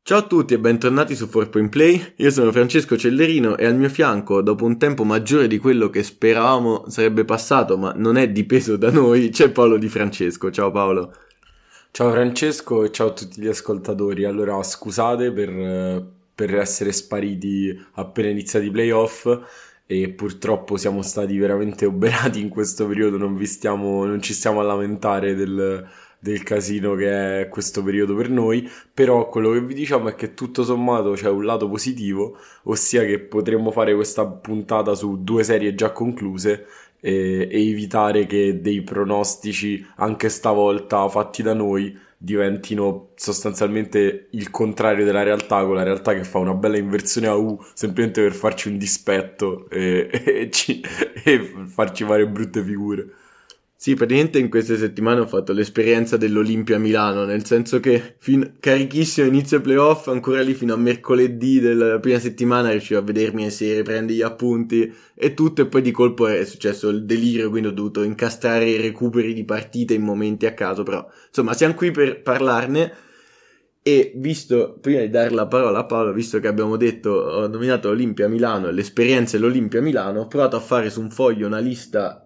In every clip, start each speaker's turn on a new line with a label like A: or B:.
A: Ciao a tutti e bentornati su 4Point Play, io sono Francesco Cellerino e al mio fianco, dopo un tempo maggiore di quello che speravamo sarebbe passato, ma non è dipeso da noi, c'è Paolo Di Francesco. Ciao Paolo.
B: Ciao Francesco e ciao a tutti gli ascoltatori. Allora, scusate per essere spariti appena iniziati i playoff e purtroppo siamo stati veramente oberati in questo periodo, non ci stiamo a lamentare del casino che è questo periodo per noi, però quello che vi diciamo è che tutto sommato c'è un lato positivo, ossia che potremmo fare questa puntata su due serie già concluse e evitare che dei pronostici anche stavolta fatti da noi diventino sostanzialmente il contrario della realtà, con la realtà che fa una bella inversione a U semplicemente per farci un dispetto e farci fare brutte figure.
A: Sì, praticamente in queste settimane ho fatto l'esperienza dell'Olimpia Milano, nel senso che carichissimo inizio playoff, ancora lì fino a mercoledì della prima settimana riuscivo a vedermi le serie, prendere gli appunti e tutto, e poi di colpo è successo il delirio, quindi ho dovuto incastrare i recuperi di partite in momenti a caso, però insomma siamo qui per parlarne. E visto, prima di dare la parola a Paolo, visto che abbiamo detto, ho nominato l'Olimpia Milano e l'esperienza dell'Olimpia Milano, ho provato a fare su un foglio una lista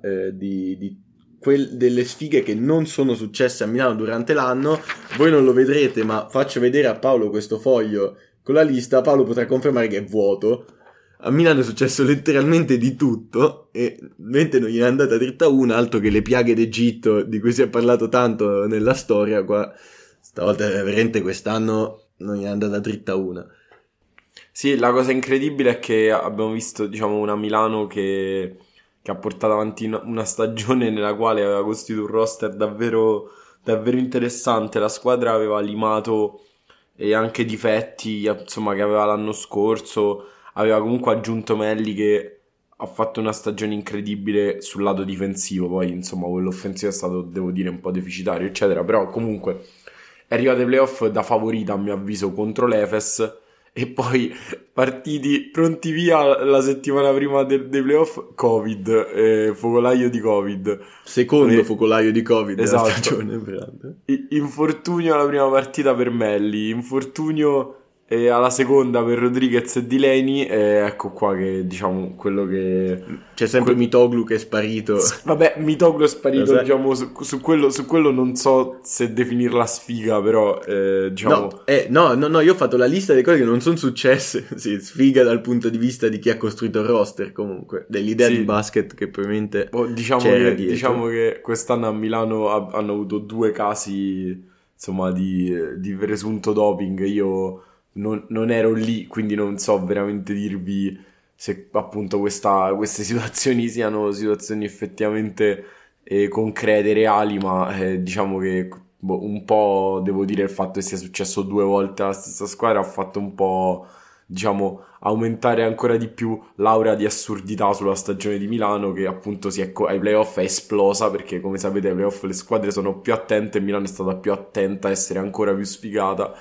A: delle sfighe che non sono successe a Milano durante l'anno. Voi non lo vedrete, ma faccio vedere a Paolo questo foglio con la lista. Paolo potrà confermare che è vuoto. A Milano è successo letteralmente di tutto e mentre non gli è andata dritta una, altro che le piaghe d'Egitto di cui si è parlato tanto nella storia, qua stavolta veramente quest'anno non gli è andata dritta una.
B: Sì, la cosa incredibile è che abbiamo visto, diciamo, una Milano che ha portato avanti una stagione nella quale aveva costruito un roster davvero, davvero interessante. La squadra aveva limato anche difetti, insomma, che aveva l'anno scorso. Aveva comunque aggiunto Melli che ha fatto una stagione incredibile sul lato difensivo. Poi, insomma, quello offensivo è stato, devo dire, un po' deficitario, eccetera. Però comunque è arrivato ai playoff da favorita, a mio avviso, contro l'Efes. E poi partiti pronti via la settimana prima dei playoff, Covid, focolaio di Covid.
A: Secondo focolaio di Covid della
B: Esatto.
A: stagione.
B: Infortunio alla prima partita per Melli, infortunio alla seconda per Rodriguez e Delaney, e ecco qua che diciamo quello che...
A: C'è sempre Mitoglu che è sparito.
B: Vabbè, Mitoglu è sparito,
A: Sai?
B: diciamo, su quello non so se definirla sfiga, però diciamo...
A: No, io ho fatto la lista delle cose che non sono successe. Sì, sfiga dal punto di vista di chi ha costruito il roster, comunque, dell'idea
B: Sì.
A: di basket che probabilmente
B: diciamo
A: c'era
B: che,
A: dietro.
B: diciamo che quest'anno a Milano hanno avuto due casi, insomma, di presunto doping. Io non ero lì, quindi non so veramente dirvi se appunto queste situazioni siano situazioni effettivamente concrete, reali, ma diciamo che un po' devo dire il fatto che sia successo due volte alla stessa squadra ha fatto un po', diciamo, aumentare ancora di più l'aura di assurdità sulla stagione di Milano, che appunto ai playoff è esplosa, perché come sapete ai playoff le squadre sono più attente e Milano è stata più attenta a essere ancora più sfigata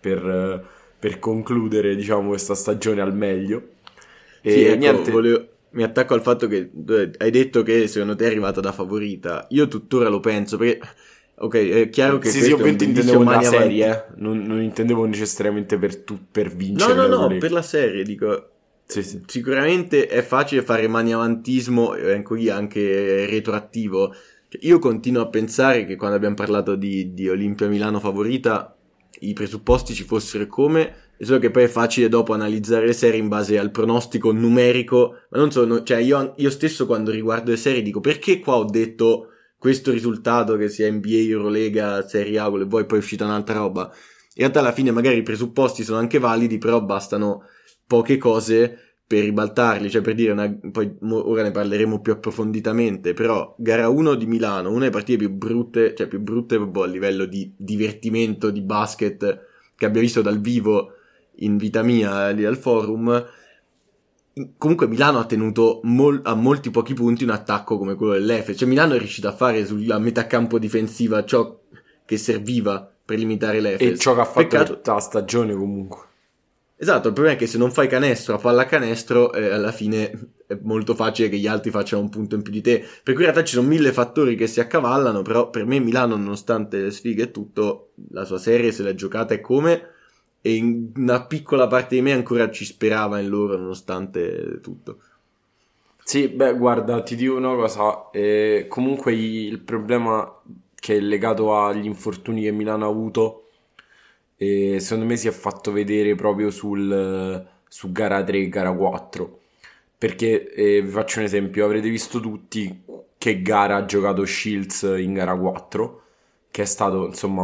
B: per concludere, diciamo, questa stagione al meglio. E
A: Sì, ecco,
B: niente.
A: mi attacco al fatto che hai detto che secondo te è arrivata da favorita. Io tuttora lo penso, perché ok, è chiaro che
B: Sì,
A: questo è un
B: ovviamente
A: bellissimo
B: intendevo la
A: mani avanti.
B: serie, non intendevo necessariamente per vincere
A: No,
B: l'Eurolega.
A: per la serie, dico,
B: Sì, sì.
A: sicuramente è facile fare maniavantismo, anche retroattivo. Cioè, io continuo a pensare che quando abbiamo parlato di Olimpia Milano favorita, i presupposti ci fossero come, e solo che poi è facile dopo analizzare le serie in base al pronostico numerico, ma non solo, cioè io stesso quando riguardo le serie dico, perché qua ho detto questo risultato che sia NBA, Eurolega, Serie A, e poi è uscita un'altra roba. In realtà alla fine magari i presupposti sono anche validi, però bastano poche cose per ribaltarli, cioè per dire, poi ora ne parleremo più approfonditamente, però gara 1 di Milano, una delle partite più brutte, cioè più brutte proprio a livello di divertimento, di basket, che abbia visto dal vivo in vita mia lì al forum. Comunque Milano ha tenuto a molti pochi punti un attacco come quello dell'Efes, cioè Milano è riuscito a fare sulla metà campo difensiva ciò che serviva per limitare l'Efes.
B: E ciò che ha fatto
A: Peccato.
B: tutta la stagione comunque.
A: Esatto, il problema è che se non fai canestro a pallacanestro, alla fine è molto facile che gli altri facciano un punto in più di te. Per cui in realtà ci sono 1000 fattori che si accavallano, però per me Milano, nonostante le sfighe e tutto, la sua serie se l'è giocata e come, e in una piccola parte di me ancora ci sperava in loro nonostante tutto.
B: Sì, beh, guarda, ti dico una cosa, comunque il problema che è legato agli infortuni che Milano ha avuto, secondo me si è fatto vedere proprio su gara 3, gara 4, perché vi faccio un esempio, avrete visto tutti che gara ha giocato Shields in gara 4, che è stato insomma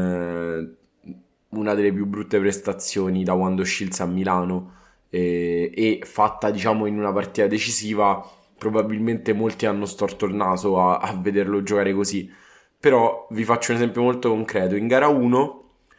B: una delle più brutte prestazioni da quando Shields a Milano e fatta diciamo in una partita decisiva. Probabilmente molti hanno storto il naso a vederlo giocare così, però vi faccio un esempio molto concreto. In gara 1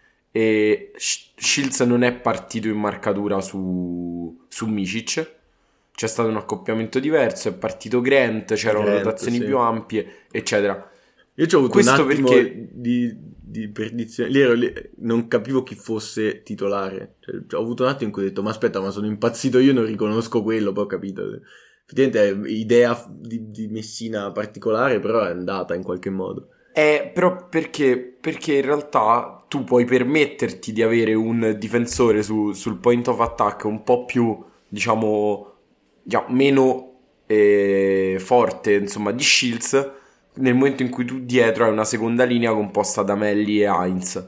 B: Shields non è partito in marcatura su Micic, c'è stato un accoppiamento diverso, è partito Grant, c'erano rotazioni
A: sì,
B: più ampie, eccetera.
A: io ci ho avuto
B: Questo
A: un attimo
B: perché
A: di perdizione. Lì ero lì, non capivo chi fosse titolare. Cioè, ho avuto un attimo in cui ho detto: ma aspetta, ma sono impazzito io, non riconosco quello. Poi ho capito. Effettivamente è idea di Messina particolare, però è andata in qualche modo.
B: Però perché in realtà tu puoi permetterti di avere un difensore sul point of attack un po' più, diciamo, meno forte, insomma, di Shields, nel momento in cui tu dietro hai una seconda linea composta da Melli e Heinz.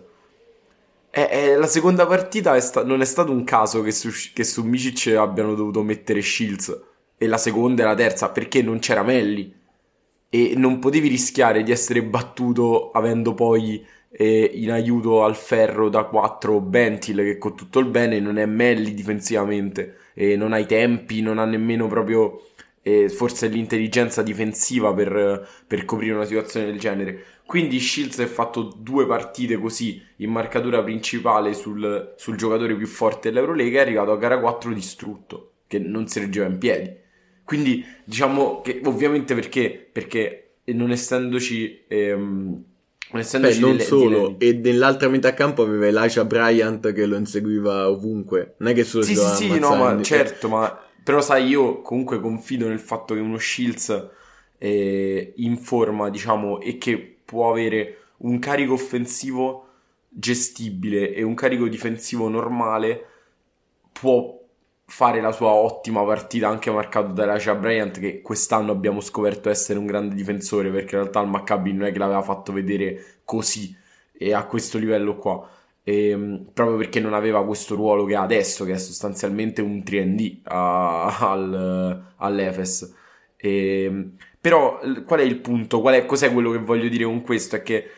B: La seconda partita non è stato un caso che su Micic abbiano dovuto mettere Shields, e la seconda e la terza, perché non c'era Melli. E non potevi rischiare di essere battuto avendo poi in aiuto al ferro da 4 Bentil, che con tutto il bene non è Melli difensivamente, e non ha i tempi, non ha nemmeno proprio forse l'intelligenza difensiva per coprire una situazione del genere. Quindi Shields ha fatto 2 partite così in marcatura principale sul giocatore più forte dell'Eurolega, è arrivato a gara 4 distrutto, che non si reggeva in piedi. Quindi diciamo che ovviamente perché non essendoci
A: Non solo, e nell'altra metà campo aveva Elijah Bryant che lo inseguiva ovunque. Non è che solo si doveva
B: sì, no, ma
A: ammazzare.
B: certo, ma però sai, io comunque confido nel fatto che uno Shields in forma, diciamo, e che può avere un carico offensivo gestibile e un carico difensivo normale, può fare la sua ottima partita, anche marcato da Elijah Bryant, che quest'anno abbiamo scoperto essere un grande difensore, perché in realtà il Maccabi non è che l'aveva fatto vedere così e a questo livello qua. Proprio perché non aveva questo ruolo che ha adesso, che è sostanzialmente un 3D all'Efes. Però qual è il punto? Cos'è quello che voglio dire con questo? È che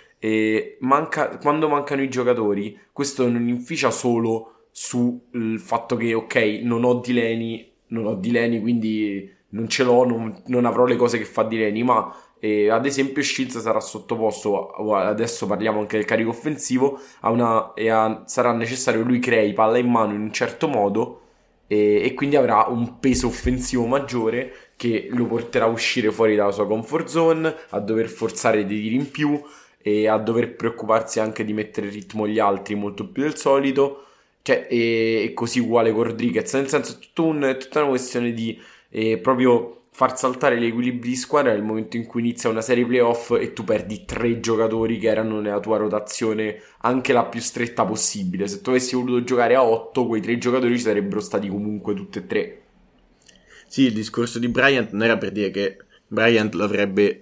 B: quando mancano i giocatori, questo non inficia solo sul fatto che, ok, non ho Delaney, quindi non ce l'ho, non avrò le cose che fa Delaney, ma ad esempio Shields sarà sottoposto, adesso parliamo anche del carico offensivo, sarà necessario che lui crei palla in mano in un certo modo e quindi avrà un peso offensivo maggiore che lo porterà a uscire fuori dalla sua comfort zone, a dover forzare dei tiri in più e a dover preoccuparsi anche di mettere in ritmo gli altri molto più del solito. Cioè, e così uguale con Rodriguez, nel senso è tutta una questione di proprio far saltare gli equilibri di squadra nel momento in cui inizia una serie playoff e tu perdi 3 giocatori che erano nella tua rotazione anche la più stretta possibile. Se tu avessi voluto giocare a 8, quei 3 giocatori ci sarebbero stati comunque tutti e 3.
A: Sì, il discorso di Bryant non era per dire che Bryant lo avrebbe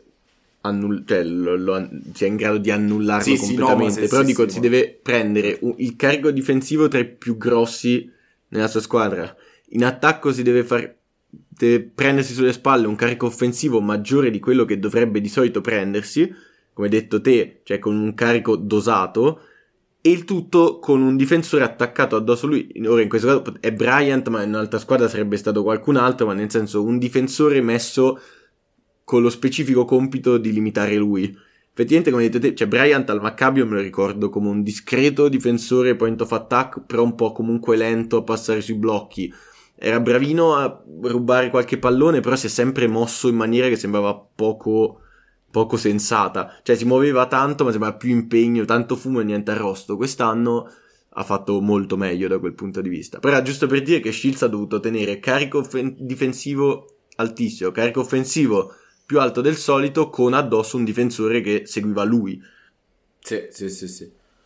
A: sia in grado di annullarlo completamente,
B: no,
A: però dico, si deve prendere il carico difensivo tra i più grossi nella sua squadra. In attacco deve prendersi sulle spalle un carico offensivo maggiore di quello che dovrebbe di solito prendersi, come hai detto te, cioè con un carico dosato, e il tutto con un difensore attaccato addosso a lui. Ora in questo caso è Bryant, ma in un'altra squadra sarebbe stato qualcun altro, ma nel senso un difensore messo con lo specifico compito di limitare lui. Effettivamente, come hai detto te, cioè Bryant al Maccabi me lo ricordo come un discreto difensore point of attack, però un po' comunque lento a passare sui blocchi. Era bravino a rubare qualche pallone, però si è sempre mosso in maniera che sembrava poco sensata. Cioè si muoveva tanto, ma sembrava più impegno, tanto fumo e niente arrosto. Quest'anno ha fatto molto meglio da quel punto di vista. Però giusto per dire che Shields ha dovuto tenere carico difensivo altissimo, carico offensivo più alto del solito, con addosso un difensore che seguiva lui.
B: Sì.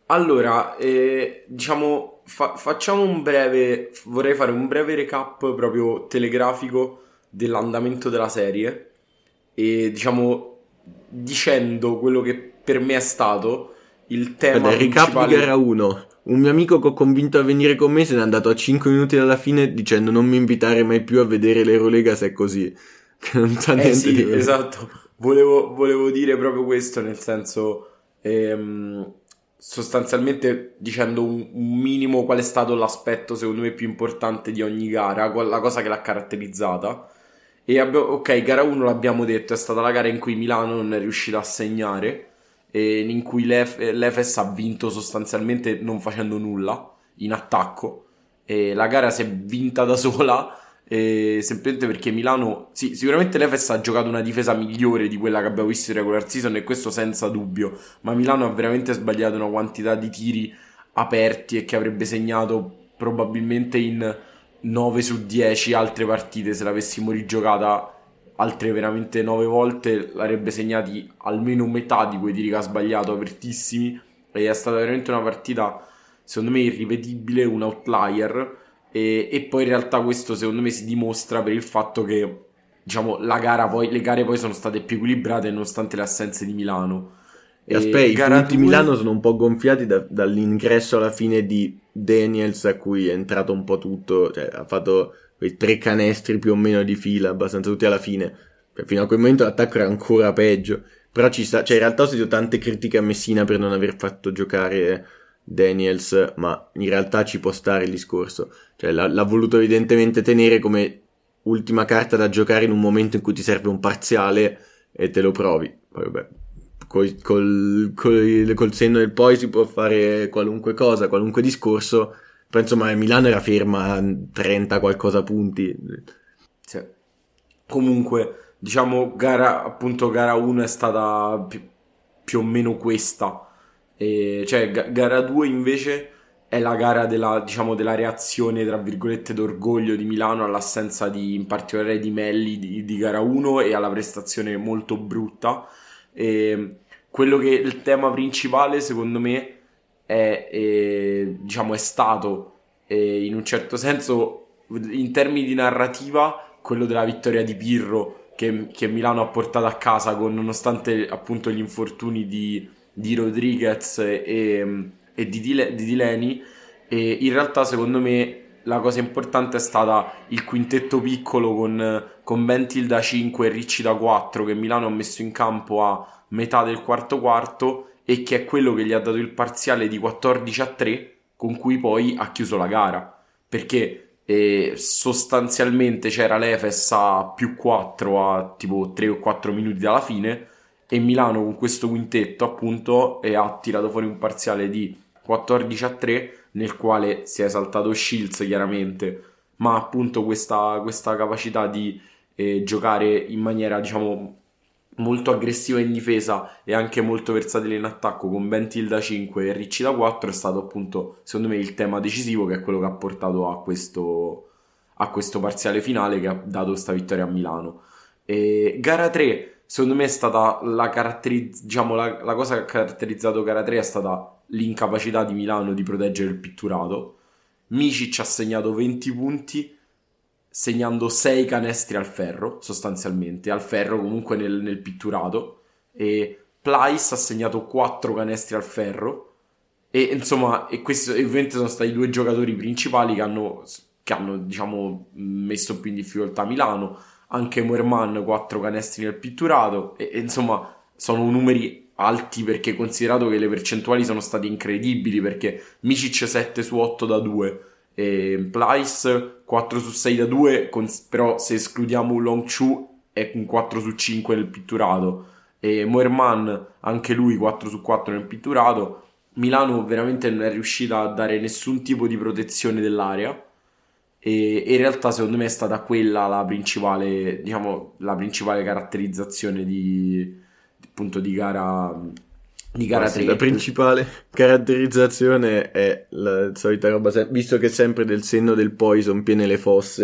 B: Allora, diciamo, facciamo vorrei fare un breve recap proprio telegrafico dell'andamento della serie e diciamo dicendo quello che per me è stato il tema
A: Guarda, il recap di
B: principale.
A: gara 1. Un mio amico che ho convinto a venire con me se n'è andato a 5 minuti dalla fine dicendo non mi invitare mai più a vedere l'Eurolega se è così. Che non sa niente di
B: Sì,
A: Eurolega.
B: esatto, volevo dire proprio questo, nel senso, sostanzialmente dicendo un minimo qual è stato l'aspetto secondo me più importante di ogni gara, la cosa che l'ha caratterizzata. Ok, gara 1 l'abbiamo detto, è stata la gara in cui Milano non è riuscita a segnare, e in cui l'Efes ha vinto sostanzialmente non facendo nulla, in attacco, e la gara si è vinta da sola, semplicemente perché Milano, sì, sicuramente l'Efes ha giocato una difesa migliore di quella che abbiamo visto in regular season, e questo senza dubbio, ma Milano ha veramente sbagliato una quantità di tiri aperti e che avrebbe segnato probabilmente in 9 su 10 altre partite. Se l'avessimo rigiocata altre veramente 9 volte l'avrebbe segnati almeno metà di quei tiri che ha sbagliato, apertissimi, e è stata veramente una partita secondo me irripetibile, un outlier, e poi in realtà questo secondo me si dimostra per il fatto che diciamo le gare poi sono state più equilibrate nonostante le assenze di Milano.
A: E aspetta, i
B: Gara
A: punti Milano
B: 2.
A: sono un po' gonfiati dall'ingresso alla fine di Daniels, a cui è entrato un po' tutto, cioè ha fatto quei 3 canestri più o meno di fila, abbastanza tutti alla fine. Cioè, fino a quel momento l'attacco era ancora peggio. Però ci sta, cioè in realtà ho sentito tante critiche a Messina per non aver fatto giocare Daniels, ma in realtà ci può stare il discorso. Cioè l'ha voluto evidentemente tenere come ultima carta da giocare in un momento in cui ti serve un parziale e te lo provi. Poi vabbè, col senno del poi si può fare qualunque cosa, qualunque discorso. Però insomma Milano era ferma a 30 qualcosa punti.
B: Sì. Comunque, diciamo, gara 1 è stata più o meno questa. Cioè, gara 2 invece è la gara diciamo, della reazione, tra virgolette, d'orgoglio di Milano all'assenza in particolare di Melli di gara 1 e alla prestazione molto brutta. Quello che il tema principale, secondo me, diciamo, è stato, in un certo senso, in termini di narrativa, quello della vittoria di Pirro che Milano ha portato a casa, nonostante appunto gli infortuni di Rodriguez e di Dileni. E in realtà secondo me la cosa importante è stata il quintetto piccolo con Bentil da 5 e Ricci da 4 che Milano ha messo in campo a metà del quarto quarto, e che è quello che gli ha dato il parziale di 14-3 con cui poi ha chiuso la gara, perché sostanzialmente c'era l'Efes a più 4 a tipo 3 o 4 minuti dalla fine, e Milano con questo quintetto appunto ha tirato fuori un parziale di 14-3 nel quale si è esaltato Shields chiaramente, ma appunto questa capacità di giocare in maniera diciamo molto aggressiva in difesa e anche molto versatile in attacco con Bentil da 5 e Ricci da 4 è stato appunto secondo me il tema decisivo, che è quello che ha portato a questo parziale finale che ha dato questa vittoria a Milano. Gara 3 secondo me è stata diciamo, la cosa che ha caratterizzato gara 3 è stata l'incapacità di Milano di proteggere il pitturato. Micic ha segnato 20 punti segnando 6 canestri al ferro, sostanzialmente, al ferro comunque nel pitturato, e Plyce ha segnato 4 canestri al ferro, e insomma, e questi ovviamente sono stati i due giocatori principali che hanno diciamo messo più in difficoltà Milano. Anche Moerman 4 canestri nel pitturato, e insomma sono numeri alti, perché considerato che le percentuali sono state incredibili, perché Micic 7 su 8 da 2 e Plyce 4 su 6 da 2, però se escludiamo Long Chu è un 4 su 5 nel pitturato, e Moerman anche lui 4 su 4 nel pitturato. Milano veramente non è riuscita a dare nessun tipo di protezione dell'area, e in realtà secondo me è stata quella la principale, diciamo, la principale caratterizzazione appunto di gara
A: Sì,
B: 3.
A: la principale caratterizzazione è la solita roba, visto che sempre del senno del Poison piene le fosse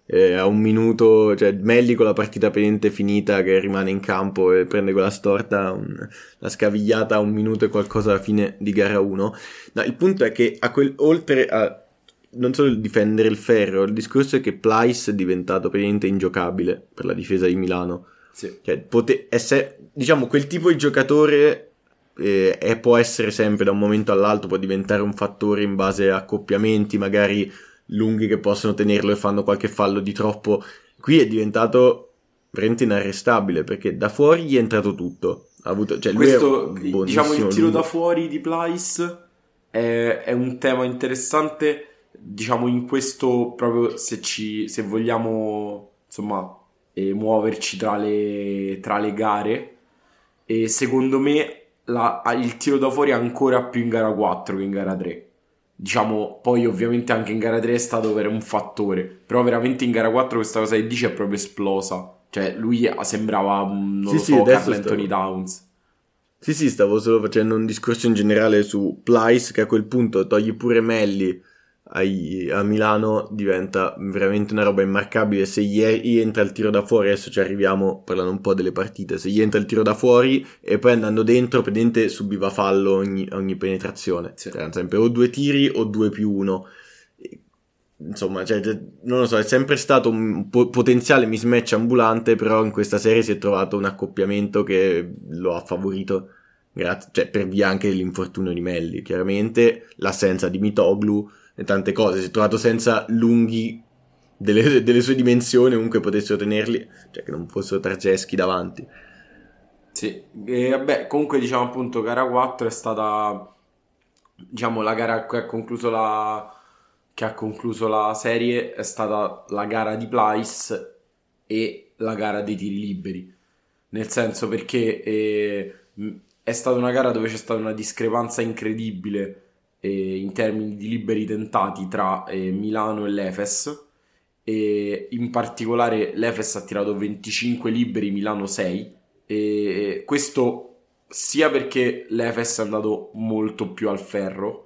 A: a un minuto, cioè Melli con la partita praticamente finita che rimane in campo e prende quella storta, la scavigliata a un minuto e qualcosa alla fine di gara 1. No, il punto è che oltre a non solo il difendere il ferro, il discorso è che Plyce è diventato praticamente ingiocabile per la difesa di Milano.
B: Sì.
A: Cioè, diciamo, quel tipo di giocatore può essere sempre da un momento all'altro, può diventare un fattore in base a accoppiamenti magari lunghi che possono tenerlo e fanno qualche fallo di troppo. Qui è diventato veramente inarrestabile perché da fuori gli è entrato tutto.
B: Questo, diciamo, il tiro da fuori di Plyce è un tema interessante, diciamo, in questo proprio se vogliamo insomma muoverci tra le gare, e secondo me il tiro da fuori è ancora più in gara 4 che in gara 3. Diciamo, poi ovviamente anche in gara 3 è stato un fattore, però veramente in gara 4 questa cosa che dice è proprio esplosa. Cioè lui sembrava, Karl Anthony Towns.
A: Sì, stavo solo facendo un discorso in generale su Plyce, che a quel punto togli pure Melli a Milano, diventa veramente una roba immarcabile. Se gli entra il tiro da fuori, adesso ci arriviamo parlando un po' delle partite, se gli entra il tiro da fuori e poi andando dentro praticamente subiva fallo ogni penetrazione, sì. Erano sempre o 2 tiri o 2+1, insomma, cioè, non lo so, è sempre stato un potenziale mismatch ambulante, però in questa serie si è trovato un accoppiamento che lo ha favorito, cioè per via anche dell'infortunio di Melli, chiaramente l'assenza di Mitoglu e tante cose, si è trovato senza lunghi delle sue dimensioni, comunque potessero tenerli, cioè che non fossero Tarceschi davanti.
B: Sì, e vabbè, comunque diciamo appunto gara 4 è stata, diciamo, la gara che ha concluso la serie, è stata la gara di Plyce e la gara dei tiri liberi, nel senso perché è stata una gara dove c'è stata una discrepanza incredibile in termini di liberi tentati tra Milano e l'Efes, e in particolare l'Efes ha tirato 25 liberi, Milano 6, e questo sia perché l'Efes è andato molto più al ferro.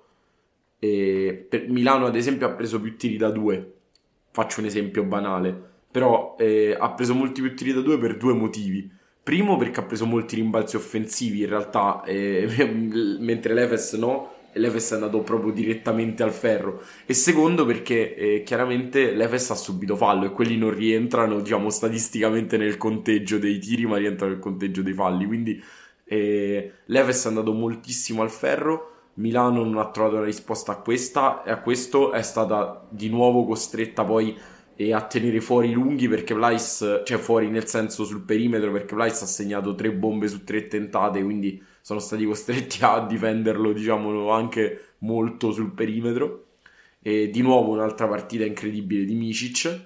B: Per Milano ad esempio ha preso più tiri da 2, faccio un esempio banale, però ha preso molti più tiri da 2 per 2 motivi. Primo, perché ha preso molti rimbalzi offensivi in realtà, mentre l'Efes no, e l'Efes è andato proprio direttamente al ferro. E secondo, perché chiaramente l'Efes ha subito fallo e quelli non rientrano, diciamo, statisticamente nel conteggio dei tiri, ma rientrano nel conteggio dei falli. Quindi l'Efes è andato moltissimo al ferro. Milano non ha trovato una risposta a questo, è stata di nuovo costretta poi a tenere fuori i lunghi, perché Plyce, cioè fuori nel senso sul perimetro, perché Plyce ha segnato 3 bombe su 3 tentate, quindi sono stati costretti a difenderlo, diciamo, anche molto sul perimetro. E di nuovo un'altra partita incredibile di Micic,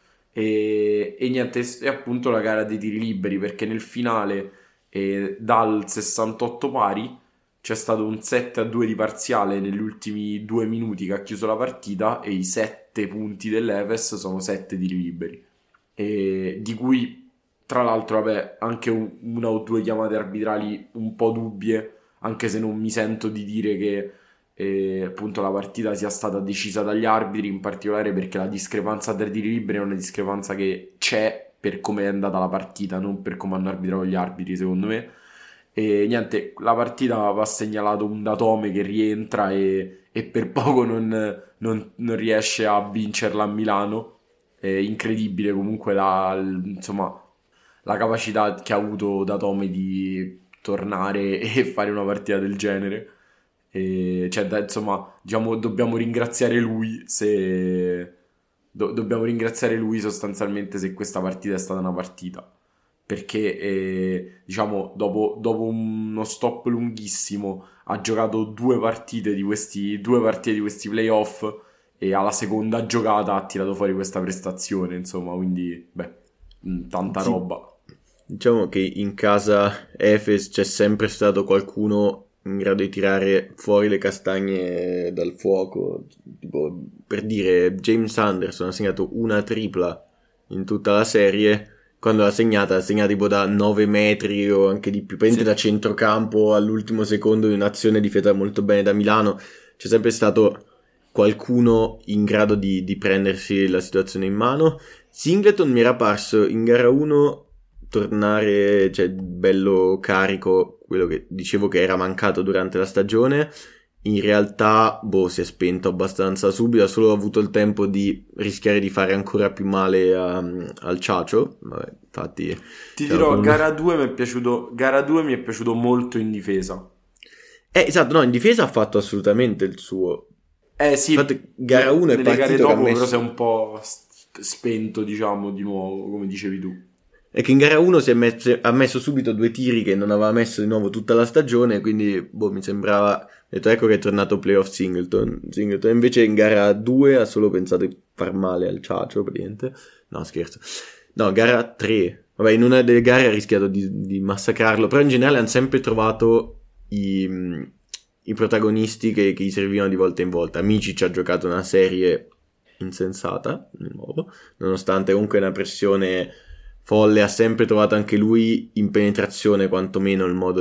B: e niente, è appunto la gara dei tiri liberi, perché nel finale dal 68 pari c'è stato un 7-2 di parziale negli ultimi 2 minuti che ha chiuso la partita, e i 7 punti dell'Efes sono 7 tiri liberi, e di cui tra l'altro vabbè anche una o 2 chiamate arbitrali un po' dubbie, anche se non mi sento di dire che appunto la partita sia stata decisa dagli arbitri, in particolare perché la discrepanza tra tiri liberi è una discrepanza che c'è per come è andata la partita, non per come hanno arbitrato gli arbitri, secondo me. E niente, la partita va segnalato un Datome che rientra e per poco non riesce a vincerla a Milano. È incredibile comunque insomma, la capacità che ha avuto Datome di tornare e fare una partita del genere. Insomma, diciamo, dobbiamo ringraziare lui dobbiamo ringraziare lui sostanzialmente se questa partita è stata una partita, perché diciamo dopo uno stop lunghissimo ha giocato 2 partite di questi playoff, e alla seconda giocata ha tirato fuori questa prestazione, insomma, quindi tanta roba.
A: Diciamo che in casa Efes c'è sempre stato qualcuno in grado di tirare fuori le castagne dal fuoco, tipo, per dire, James Anderson ha segnato una tripla in tutta la serie. Quando l'ha segnata tipo da 9 metri o anche di più, prende da centrocampo all'ultimo secondo di un'azione difesa molto bene da Milano. C'è sempre stato qualcuno in grado di prendersi la situazione in mano. Singleton mi era parso in gara 1 tornare, cioè, bello carico, quello che dicevo che era mancato durante la stagione. In realtà, si è spento abbastanza subito, ha solo avuto il tempo di rischiare di fare ancora più male al Ciacio. Vabbè, infatti...
B: Ti dirò, gara 2 mi è piaciuto molto in difesa.
A: Esatto, no, in difesa ha fatto assolutamente il suo.
B: Sì,
A: infatti, gara 1 è partito
B: gare dopo,
A: messo...
B: però si è un po' spento, diciamo, di nuovo, come dicevi tu.
A: È che in gara 1 ha messo subito 2 tiri che non aveva messo di nuovo tutta la stagione, quindi mi sembrava, ho detto ecco che è tornato playoff Singleton. Invece in gara 2 ha solo pensato di far male al Ciacio, praticamente. No, scherzo. No, gara 3, vabbè, in una delle gare ha rischiato di massacrarlo, però in generale hanno sempre trovato i protagonisti che gli servivano di volta in volta. Amici ci ha giocato una serie insensata, di nuovo, nonostante comunque una pressione folle, ha sempre trovato anche lui in penetrazione quantomeno il modo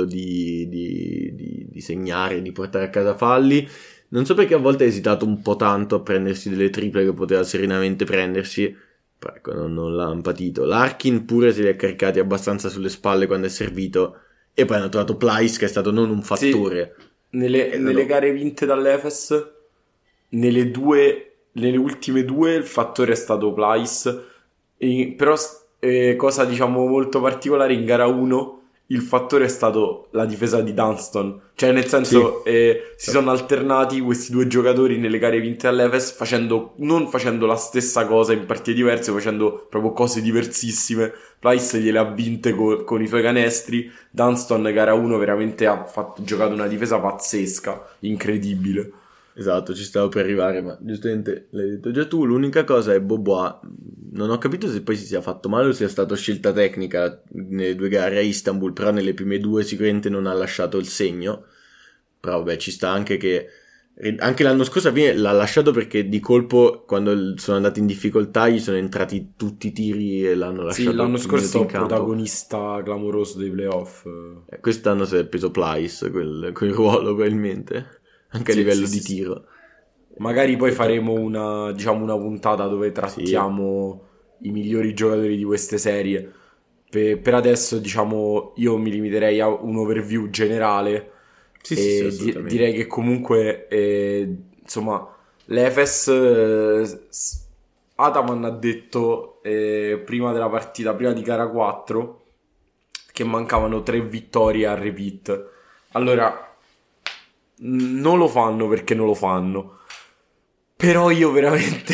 A: di segnare, di portare a casa falli. Non so perché a volte ha esitato un po' tanto a prendersi delle triple che poteva serenamente prendersi, però ecco, non l'ha patito. Larkin pure se li ha caricati abbastanza sulle spalle quando è servito, e poi hanno trovato Plyce che è stato non un fattore.
B: Sì, nelle gare vinte dall'Efes, nelle ultime 2 il fattore è stato Plyce, però cosa diciamo molto particolare, in gara 1 il fattore è stato la difesa di Dunston, cioè nel senso si sono alternati questi 2 giocatori nelle gare vinte all'Efes non facendo la stessa cosa in partite diverse, facendo proprio cose diversissime. Plyce gliele ha vinte con i suoi canestri. Dunston gara 1 veramente ha giocato una difesa pazzesca, incredibile.
A: Esatto, ci stavo per arrivare, ma giustamente l'hai detto già tu. L'unica cosa è Bobois. Non ho capito se poi si sia fatto male o sia stata scelta tecnica nelle 2 gare a Istanbul, però nelle prime 2 sicuramente non ha lasciato il segno. Però vabbè, ci sta anche che anche l'anno scorso l'ha lasciato perché di colpo, quando sono andati in difficoltà, gli sono entrati tutti i tiri e l'hanno lasciato.
B: Sì, l'anno scorso è un protagonista clamoroso dei playoff.
A: Quest'anno si è preso Plyce quel ruolo probabilmente, anche a livello di tiro.
B: Magari poi faremo una puntata dove trattiamo i migliori giocatori di queste serie. Per adesso, diciamo, io mi limiterei a un overview generale. Direi che comunque, insomma, l'Efes, Ataman ha detto prima della partita, prima di gara 4, che mancavano 3 vittorie a repeat. Allora, non lo fanno perché non lo fanno. Però io veramente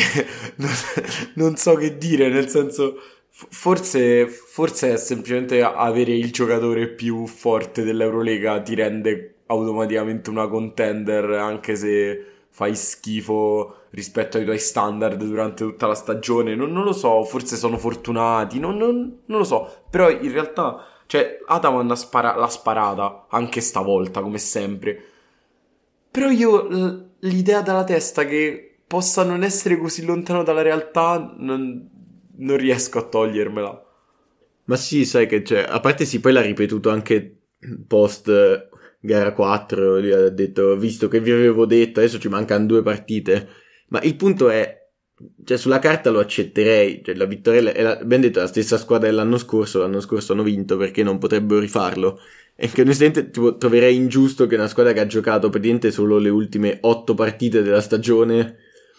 B: non so che dire, nel senso, forse è semplicemente avere il giocatore più forte dell'Eurolega ti rende automaticamente una contender, anche se fai schifo rispetto ai tuoi standard durante tutta la stagione. Non lo so, forse sono fortunati, non lo so. Però in realtà, cioè, Ataman l'ha sparata anche stavolta, come sempre. Però io l'idea dalla testa che possa non essere così lontano dalla realtà non riesco a togliermela.
A: Ma sì, sai che c'è, a parte sì, poi l'ha ripetuto anche post gara 4, lui ha detto, visto che vi avevo detto, adesso ci mancano 2 partite, ma il punto è, cioè sulla carta lo accetterei, cioè la vittoria abbiamo detto, è la stessa squadra dell'anno scorso hanno vinto, perché non potrebbero rifarlo? E che onestamente troverei ingiusto che una squadra che ha giocato praticamente solo le ultime 8 partite della stagione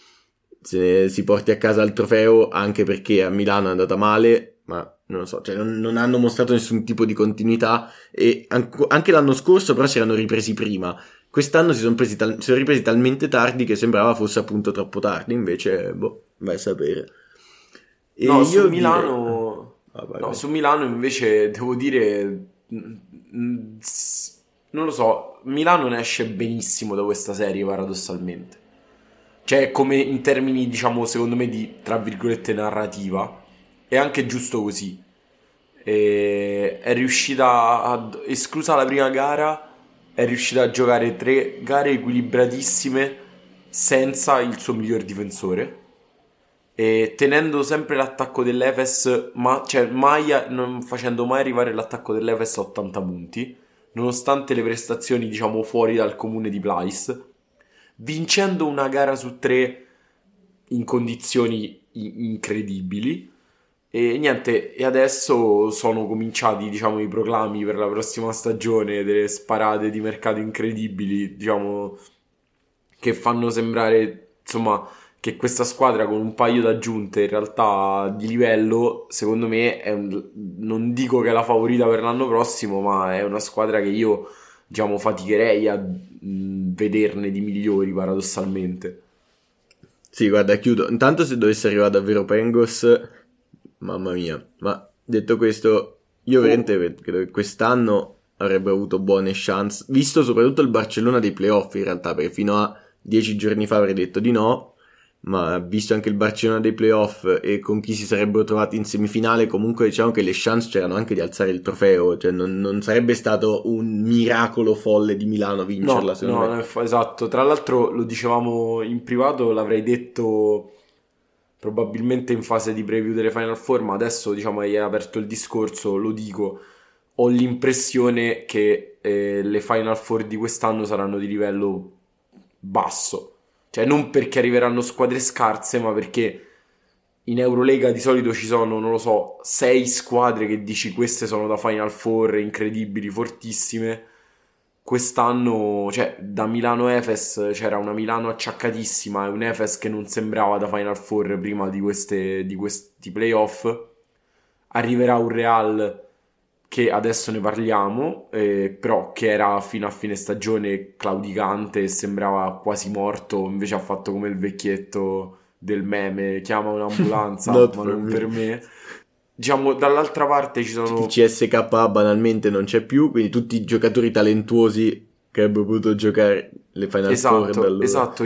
A: si porti a casa il trofeo, anche perché a Milano è andata male, ma non lo so, cioè non hanno mostrato nessun tipo di continuità, e anche l'anno scorso però si erano ripresi prima. Quest'anno si sono ripresi talmente tardi che sembrava fosse appunto troppo tardi, invece vai a sapere. E
B: su Milano su Milano invece devo dire, non lo so, Milano ne esce benissimo da questa serie, paradossalmente. Cioè, come in termini, diciamo, secondo me di, tra virgolette, narrativa, è anche giusto così. È riuscita esclusa la prima gara, è riuscita a giocare 3 gare equilibratissime senza il suo miglior difensore, e tenendo sempre l'attacco dell'Efes, non facendo mai arrivare l'attacco dell'Efes a 80 punti, nonostante le prestazioni, diciamo, fuori dal comune di Plyce. vincendo una gara su 3 in condizioni incredibili. E niente, e adesso sono cominciati, diciamo, i proclami per la prossima stagione, delle sparate di mercato incredibili, diciamo, che fanno sembrare, insomma, che questa squadra con un paio d'aggiunte in realtà di livello, secondo me, non dico che è la favorita per l'anno prossimo, ma è una squadra che io, diciamo, faticherei a vederne di migliori, paradossalmente.
A: Sì, guarda, chiudo. Intanto, se dovesse arrivare davvero Pengos, mamma mia. Ma detto questo, io veramente credo che quest'anno avrebbe avuto buone chance, visto soprattutto il Barcellona dei playoff in realtà, perché fino a 10 giorni fa avrei detto di no, ma visto anche il Barcellona dei playoff e con chi si sarebbero trovati in semifinale, comunque diciamo che le chance c'erano anche di alzare il trofeo, cioè non sarebbe stato un miracolo folle di Milano vincerla, secondo me.
B: No, esatto. Tra l'altro lo dicevamo in privato, l'avrei detto probabilmente in fase di preview delle Final Four, ma adesso, diciamo, hai aperto il discorso, lo dico, ho l'impressione che le Final Four di quest'anno saranno di livello basso. Cioè non perché arriveranno squadre scarse, ma perché in Eurolega di solito ci sono, non lo so, 6 squadre che dici queste sono da Final Four, incredibili, fortissime. Quest'anno, cioè da Milano Efes c'era una Milano acciaccatissima e un Efes che non sembrava da Final Four prima di questi playoff. Arriverà un Real che adesso ne parliamo, però che era fino a fine stagione claudicante e sembrava quasi morto, invece ha fatto come il vecchietto del meme, chiama un'ambulanza, ma non per me. Diciamo, dall'altra parte ci sono...
A: Il CSKA banalmente non c'è più, quindi tutti i giocatori talentuosi che avrebbero potuto giocare le Final Four da allora.
B: Esatto,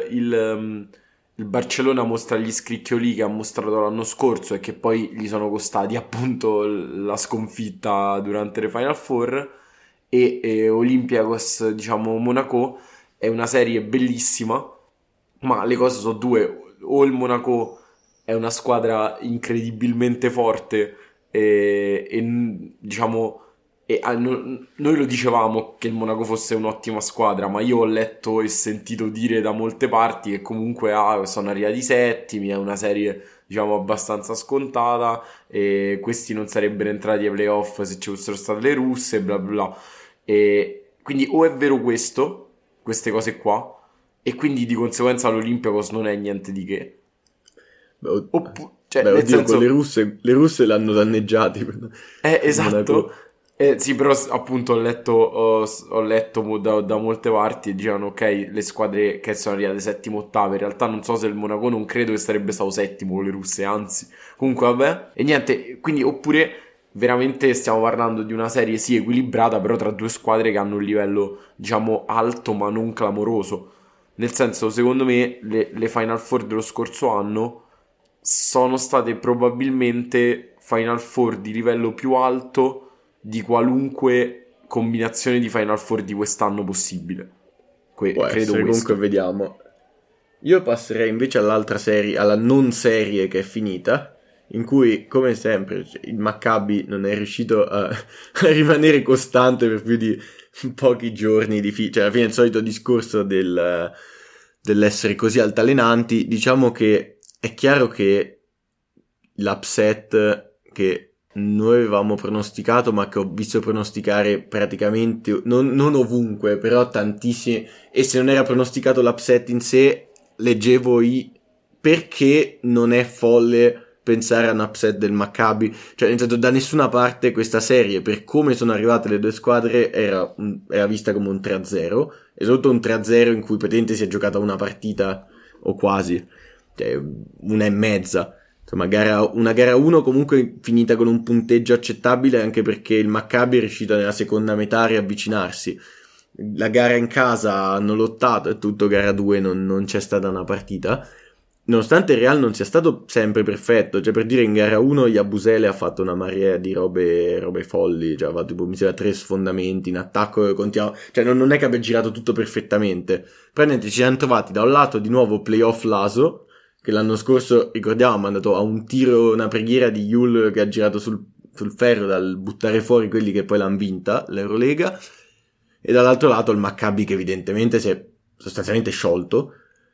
B: il Barcellona mostra gli scricchioli che ha mostrato l'anno scorso e che poi gli sono costati appunto la sconfitta durante le Final Four, e Olympiacos, diciamo, Monaco è una serie bellissima, ma le cose sono due: o il Monaco è una squadra incredibilmente forte diciamo, noi lo dicevamo che il Monaco fosse un'ottima squadra, ma io ho letto e sentito dire da molte parti che comunque sono arrivati settimi, è una serie, diciamo, abbastanza scontata e questi non sarebbero entrati ai playoff se ci fossero state le russe, bla bla bla. E quindi o è vero queste cose qua, e quindi di conseguenza l'Olympiacos non è niente di che.
A: Cioè, nel senso... con le russe l'hanno danneggiati.
B: Esatto. Sì, però appunto ho letto da molte parti e dicevano ok, le squadre che sono arrivate settimo, ottavo, in realtà non so se il Monaco non credo che sarebbe stato settimo con le russe, anzi, comunque vabbè, e niente, quindi oppure veramente stiamo parlando di una serie sì equilibrata, però tra due squadre che hanno un livello, diciamo, alto ma non clamoroso, nel senso, secondo me le Final Four dello scorso anno sono state probabilmente Final Four di livello più alto di qualunque combinazione di Final Four di quest'anno possibile.
A: Può essere, comunque vediamo. Io passerei invece all'altra serie, alla non serie che è finita, in cui, come sempre, il Maccabi non è riuscito a rimanere costante per più di pochi giorni di fila. Cioè, alla fine il solito discorso dell'essere così altalenanti. Diciamo che è chiaro che l'upset che noi avevamo pronosticato, ma che ho visto pronosticare praticamente non ovunque, però tantissimi, e se non era pronosticato l'upset in sé, leggevo perché non è folle pensare a un upset del Maccabi, cioè nel senso, da nessuna parte questa serie, per come sono arrivate le due squadre, era vista come un 3-0, e soprattutto un 3-0 in cui praticamente si è giocata una partita o quasi, cioè una e mezza. Insomma, una gara 1 comunque finita con un punteggio accettabile, anche perché il Maccabi è riuscito nella seconda metà a riavvicinarsi. La gara in casa hanno lottato e tutto, gara 2 non c'è stata una partita, nonostante il Real non sia stato sempre perfetto. Cioè, per dire, in gara 1 Yabusele ha fatto una marea di robe folli, cioè aveva tipo, mi sembra, 3 sfondamenti in attacco, cioè non è che abbia girato tutto perfettamente. Praticamente ci siamo trovati da un lato di nuovo playoff Laso, che l'anno scorso, ricordiamo, ha mandato a un tiro, una preghiera di Yul che ha girato sul ferro dal buttare fuori quelli che poi l'hanno vinta, l'Eurolega, e dall'altro lato il Maccabi che evidentemente si è sostanzialmente sciolto.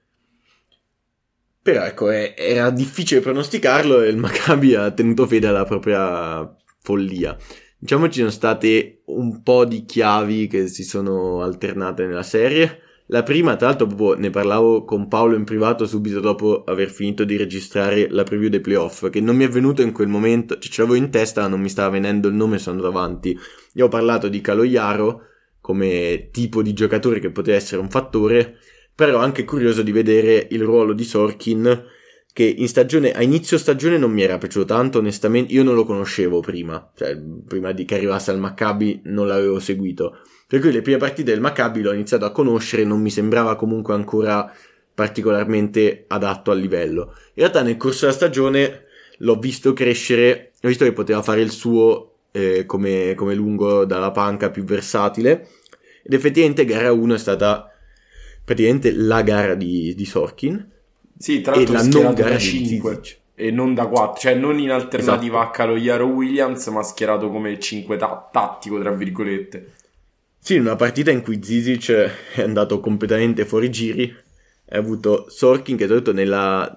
A: Però ecco, era difficile pronosticarlo e il Maccabi ha tenuto fede alla propria follia. Diciamo ci sono state un po' di chiavi che si sono alternate nella serie. La prima, tra l'altro, proprio ne parlavo con Paolo in privato subito dopo aver finito di registrare la preview dei playoff, che non mi è venuto in quel momento, cioè ce l'avevo in testa ma non mi stava venendo il nome, sono andato avanti. Io ho parlato di Kaloyaro come tipo di giocatore che poteva essere un fattore, però ero anche curioso di vedere il ruolo di Sorkin, che in stagione, a inizio stagione non mi era piaciuto tanto, onestamente. Io non lo conoscevo prima, cioè prima di che arrivasse al Maccabi non l'avevo seguito, per cui le prime partite del Maccabi l'ho iniziato a conoscere, non mi sembrava comunque ancora particolarmente adatto al livello. In realtà nel corso della stagione l'ho visto crescere, ho visto che poteva fare il suo come lungo dalla panca, più versatile, ed effettivamente gara 1 è stata praticamente la gara di Sorkin.
B: Sì, tra l'altro schierato da 5 e non da 4, cioè non in alternativa a Kaloyaro Williams, ma schierato come 5 tattico, tra virgolette.
A: Sì, in una partita in cui Zizic è andato completamente fuori giri, ha avuto Sorkin che detto nella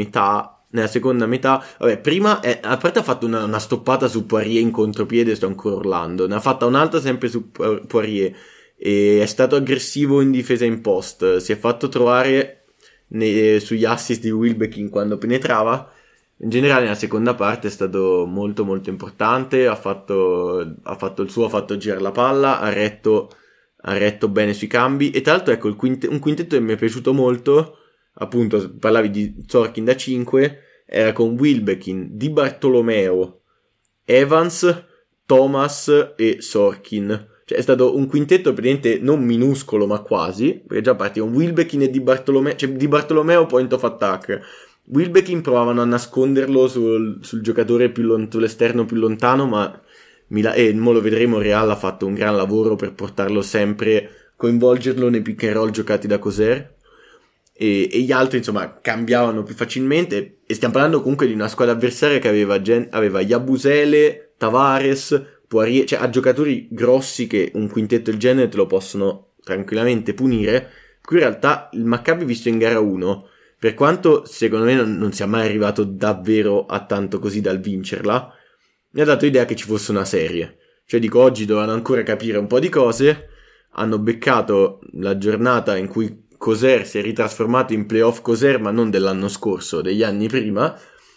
A: seconda metà, vabbè, prima a parte ha fatto una stoppata su Poirier in contropiede, sto ancora urlando, ne ha fatta un'altra sempre su Poirier, e è stato aggressivo in difesa in post, si è fatto trovare sugli assist di Wilbekin quando penetrava. In generale nella seconda parte è stato molto molto importante, ha fatto il suo, ha fatto girare la palla, ha retto bene sui cambi, e tra l'altro ecco un quintetto che mi è piaciuto molto, appunto parlavi di Sorkin da 5, era con Wilbekin, Di Bartolomeo, Evans, Thomas e Sorkin. Cioè è stato un quintetto praticamente non minuscolo ma quasi, perché già parti con Wilbekin e Di Bartolomeo, cioè Di Bartolomeo point of attack, Wilbekin provavano a nasconderlo sul giocatore sull'esterno più lontano, ma mo lo vedremo, Real ha fatto un gran lavoro per portarlo sempre, coinvolgerlo nei pick and roll giocati da Coser, e gli altri insomma cambiavano più facilmente, e stiamo parlando comunque di una squadra avversaria che aveva Yabusele, Tavares, Poirier, cioè ha giocatori grossi che un quintetto del genere te lo possono tranquillamente punire. Qui in realtà il Maccabi visto in gara 1, per quanto secondo me non sia mai arrivato davvero a tanto così dal vincerla, mi ha dato idea che ci fosse una serie. Cioè dico, oggi dovevano ancora capire un po' di cose, hanno beccato la giornata in cui Coser si è ritrasformato in playoff Coser, ma non dell'anno scorso, degli anni prima,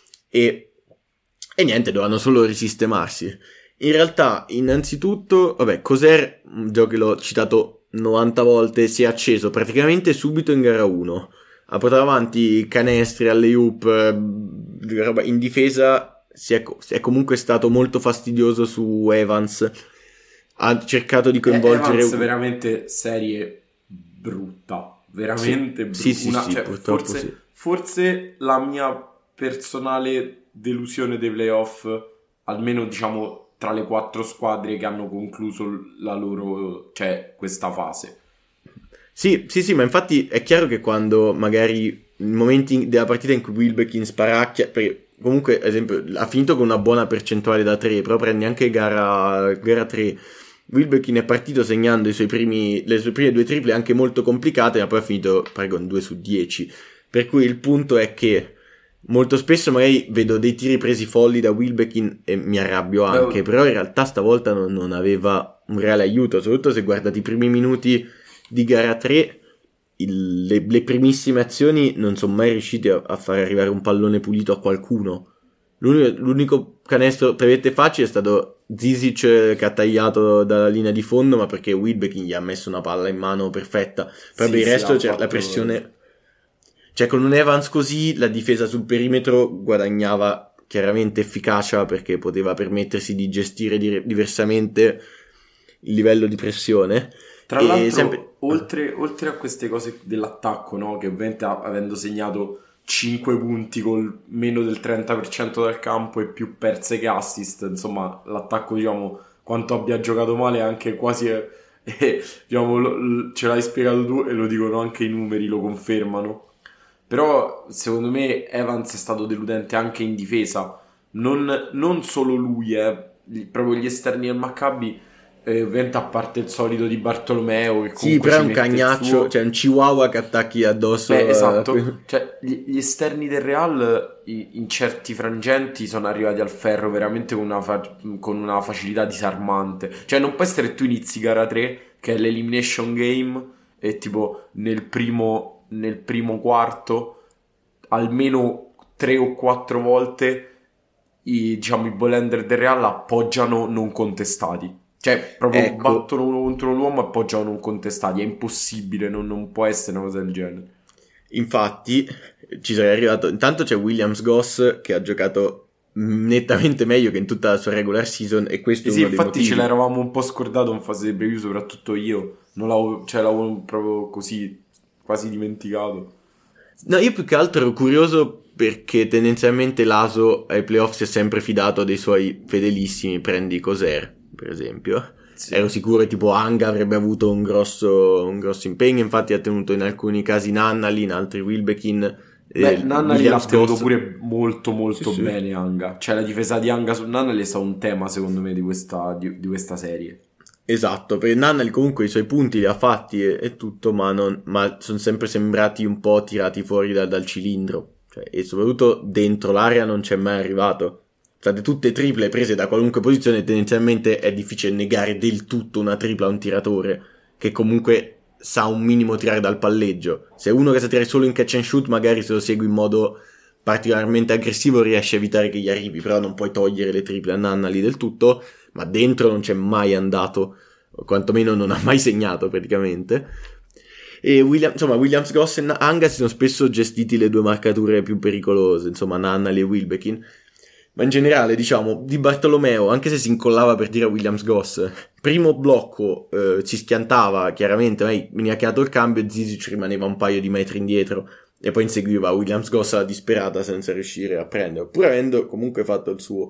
A: e niente, dovevano solo risistemarsi. In realtà, innanzitutto, vabbè, Coser, un gioco che l'ho citato 90 volte, si è acceso praticamente subito in gara 1. Ha portato avanti canestri, alley-oop, in difesa è comunque stato molto fastidioso su Evans. Ha cercato di coinvolgere...
B: Evans veramente serie brutta, veramente brutta.
A: Sì, cioè, purtroppo
B: forse la mia personale delusione dei playoff, almeno diciamo tra le 4 squadre che hanno concluso la loro, cioè questa fase.
A: Sì, ma infatti è chiaro che quando magari in momenti della partita in cui Wilbekin sparacchia, perché comunque ad esempio ha finito con una buona percentuale da 3, però prende anche gara 3, Wilbekin è partito segnando le sue prime 2 triple anche molto complicate, ma poi ha finito con 2 su 10, per cui il punto è che molto spesso magari vedo dei tiri presi folli da Wilbekin e mi arrabbio anche, però in realtà stavolta non aveva un reale aiuto, soprattutto se guardate i primi minuti di gara 3, le primissime azioni non sono mai riusciti a far arrivare un pallone pulito a qualcuno. L'unico canestro praticamente facile è stato Zizic che ha tagliato dalla linea di fondo, ma perché Wilbekin gli ha messo una palla in mano perfetta. Però per il resto c'è la pressione, cioè con un Evans così la difesa sul perimetro guadagnava chiaramente efficacia, perché poteva permettersi di gestire diversamente il livello di pressione.
B: Tra l'altro oltre a queste cose dell'attacco, no, che ovviamente avendo segnato 5 punti col meno del 30% dal campo e più perse che assist, insomma l'attacco, diciamo, quanto abbia giocato male anche quasi diciamo, ce l'hai spiegato tu e lo dicono anche i numeri, lo confermano. Però secondo me Evans è stato deludente anche in difesa, non solo lui, proprio gli esterni del Maccabi ovviamente a parte il solito di Bartolomeo che
A: sì,
B: comunque
A: però è
B: ci
A: un
B: mette il
A: cagnaccio,
B: suo.
A: cioè un chihuahua che attacchi addosso.
B: Esatto, cioè gli esterni del Real in certi frangenti sono arrivati al ferro veramente con una facilità disarmante. Cioè non può essere tu inizi gara 3 che è l'elimination game e tipo nel primo quarto almeno 3 o 4 volte diciamo, i ball-handler del Real appoggiano non contestati. Cioè, proprio
A: Ecco.
B: battono uno contro l'uomo e appoggiano non contestati. È impossibile, non può essere una cosa del genere.
A: Infatti, ci sarei arrivato. Intanto c'è Williams-Goss che ha giocato nettamente meglio che in tutta la sua regular season, e questo è
B: Sì,
A: uno dei
B: infatti
A: motivi.
B: ce l'eravamo un po' scordato in fase di preview, soprattutto io. Non l'avevo proprio così quasi dimenticato.
A: No, io più che altro ero curioso perché tendenzialmente l'Aso ai playoff si è sempre fidato dei suoi fedelissimi, prendi Coser, per esempio.
B: Sì.
A: Ero sicuro che tipo Anga avrebbe avuto un grosso impegno, infatti ha tenuto in alcuni casi Nannali, in altri Wilbekin.
B: Nannali l'ha tenuto
A: Goss
B: pure molto
A: sì.
B: bene Anga. Cioè la difesa di Anga su Nannali è stato un tema secondo me di questa serie.
A: Esatto, perché Nannali comunque i suoi punti li ha fatti e tutto, ma sono sempre sembrati un po' tirati fuori dal cilindro. Cioè, e soprattutto dentro l'area non c'è mai arrivato. State tutte triple prese da qualunque posizione, tendenzialmente è difficile negare del tutto una tripla a un tiratore che comunque sa un minimo tirare dal palleggio. Se uno che sa tirare solo in catch and shoot, magari se lo segui in modo particolarmente aggressivo riesce a evitare che gli arrivi, però non puoi togliere le triple a Nannali del tutto, ma dentro non c'è mai andato, o quantomeno non ha mai segnato praticamente. E Williams, Goss e Anga si sono spesso gestiti le due marcature più pericolose, insomma Nannali e Wilbekin. Ma in generale, diciamo, Di Bartolomeo, anche se si incollava per dire a Williams Goss, primo blocco si schiantava chiaramente, ma veniva chiamato il cambio e Zizic rimaneva un paio di metri indietro e poi inseguiva Williams Goss alla disperata senza riuscire a prendere, pur avendo comunque fatto il suo.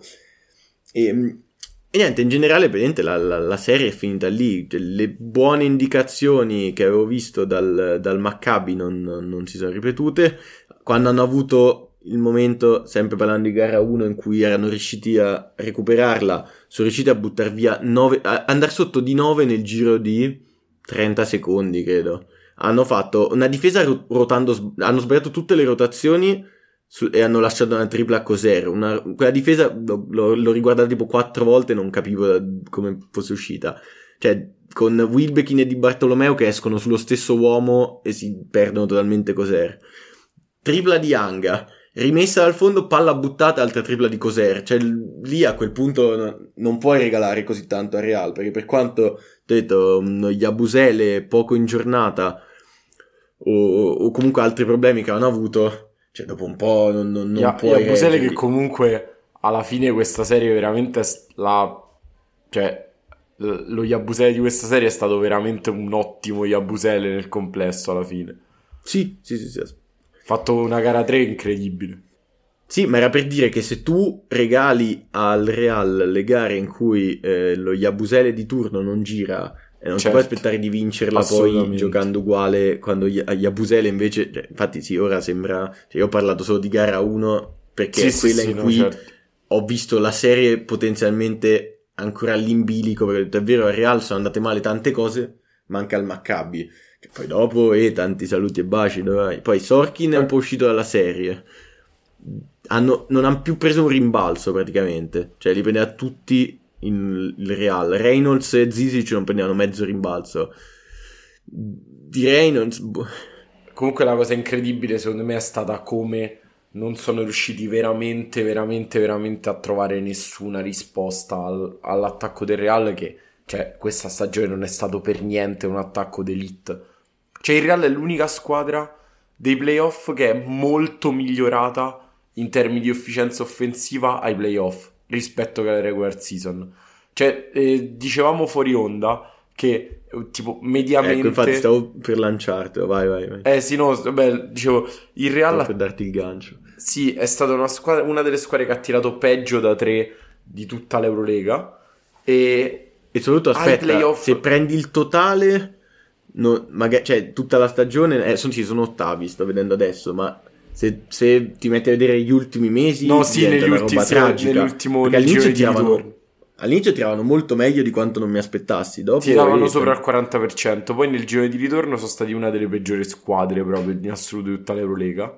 A: E niente, in generale praticamente la serie è finita lì. Cioè, le buone indicazioni che avevo visto dal Maccabi non si sono ripetute. Quando hanno avuto il momento, sempre parlando di gara 1, in cui erano riusciti a recuperarla, sono riusciti a buttar via 9, a andare sotto di 9 nel giro di 30 secondi, credo. Hanno fatto una difesa rotando, hanno sbagliato tutte le rotazioni e hanno lasciato una tripla a Coser. Quella difesa l'ho riguardata tipo 4 volte e non capivo come fosse uscita. Cioè, con Wilbekin e Di Bartolomeo che escono sullo stesso uomo e si perdono totalmente Coser. Tripla di Anga, rimessa dal fondo, palla buttata, altra tripla di Coser. Cioè, lì a quel punto non puoi regalare così tanto a Real, perché per quanto ti ho detto Yabusele poco in giornata o comunque altri problemi che hanno avuto, cioè dopo un po' non puoi
B: Yabusele che comunque alla fine questa serie veramente cioè lo Yabusele di questa serie è stato veramente un ottimo Yabusele nel complesso alla fine.
A: Sì.
B: Fatto una gara 3 incredibile.
A: Sì, ma era per dire che se tu regali al Real le gare in cui lo Yabusele di turno non gira e non ti puoi aspettare di vincerla poi giocando uguale, quando Yabusele invece, cioè, infatti sì, ora sembra, cioè, io ho parlato solo di gara 1 perché è quella in cui ho visto la serie potenzialmente ancora all'imbilico, perché ho detto, è vero, al Real sono andate male tante cose, manca il Maccabi. Poi dopo tanti saluti e baci. Poi Sorkin è un po' uscito dalla serie, non hanno più preso un rimbalzo praticamente, cioè li prendeva tutti il Real. Reynolds e Zizic non prendevano mezzo rimbalzo di Reynolds.
B: Comunque la cosa incredibile secondo me è stata come non sono riusciti veramente a trovare nessuna risposta all'attacco del Real, che cioè questa stagione non è stato per niente un attacco d'elite. Cioè il Real è l'unica squadra dei playoff che è molto migliorata in termini di efficienza offensiva ai playoff rispetto alla regular season. Cioè dicevamo fuori onda che tipo mediamente,
A: ecco, infatti stavo per lanciartelo, vai.
B: Sì, no, vabbè, dicevo, il Real
A: per darti il gancio.
B: Sì, è stata una delle squadre che ha tirato peggio da 3 di tutta l'Eurolega e
A: soprattutto aspetta, se prendi il totale magari, cioè tutta la stagione sono ottavi, sto vedendo adesso, ma se ti metti a vedere gli ultimi mesi,
B: no, sì,
A: diventa una roba tragica,
B: nell'ultimo
A: perché all'inizio tiravano all'inizio tiravano molto meglio di quanto non mi aspettassi. Dopo
B: tiravano sopra il 40%, poi nel giro di ritorno sono stati una delle peggiori squadre proprio in assoluto di tutta l'Eurolega.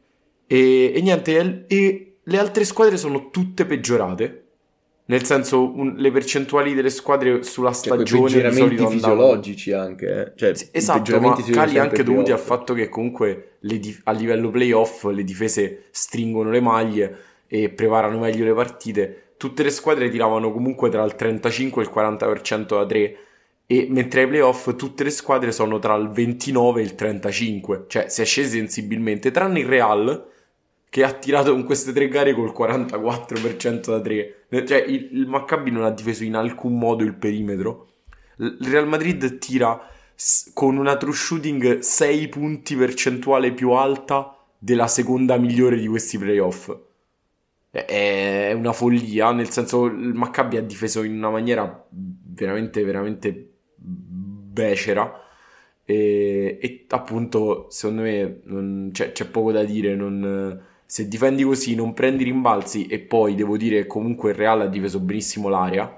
B: E niente, e le altre squadre sono tutte peggiorate. Nel senso, le percentuali delle squadre sulla stagione di solito andavano
A: fisiologici anche, cioè,
B: sì, esatto, ma cali anche dovuti al fatto che comunque a livello playoff le difese stringono le maglie e preparano meglio le partite. Tutte le squadre tiravano comunque tra il 35 e il 40% da 3, e mentre ai playoff tutte le squadre sono tra il 29 e il 35, cioè si è scesi sensibilmente, tranne il Real che ha tirato con queste 3 gare col 44% da 3. Cioè il Maccabi non ha difeso in alcun modo il perimetro. Il Real Madrid tira con una true shooting 6 punti percentuale più alta della seconda migliore di questi playoff. È una follia, nel senso il Maccabi ha difeso in una maniera veramente veramente becera. E appunto secondo me c'è poco da dire. Se difendi così, non prendi rimbalzi, e poi devo dire che comunque il Real ha difeso benissimo l'area,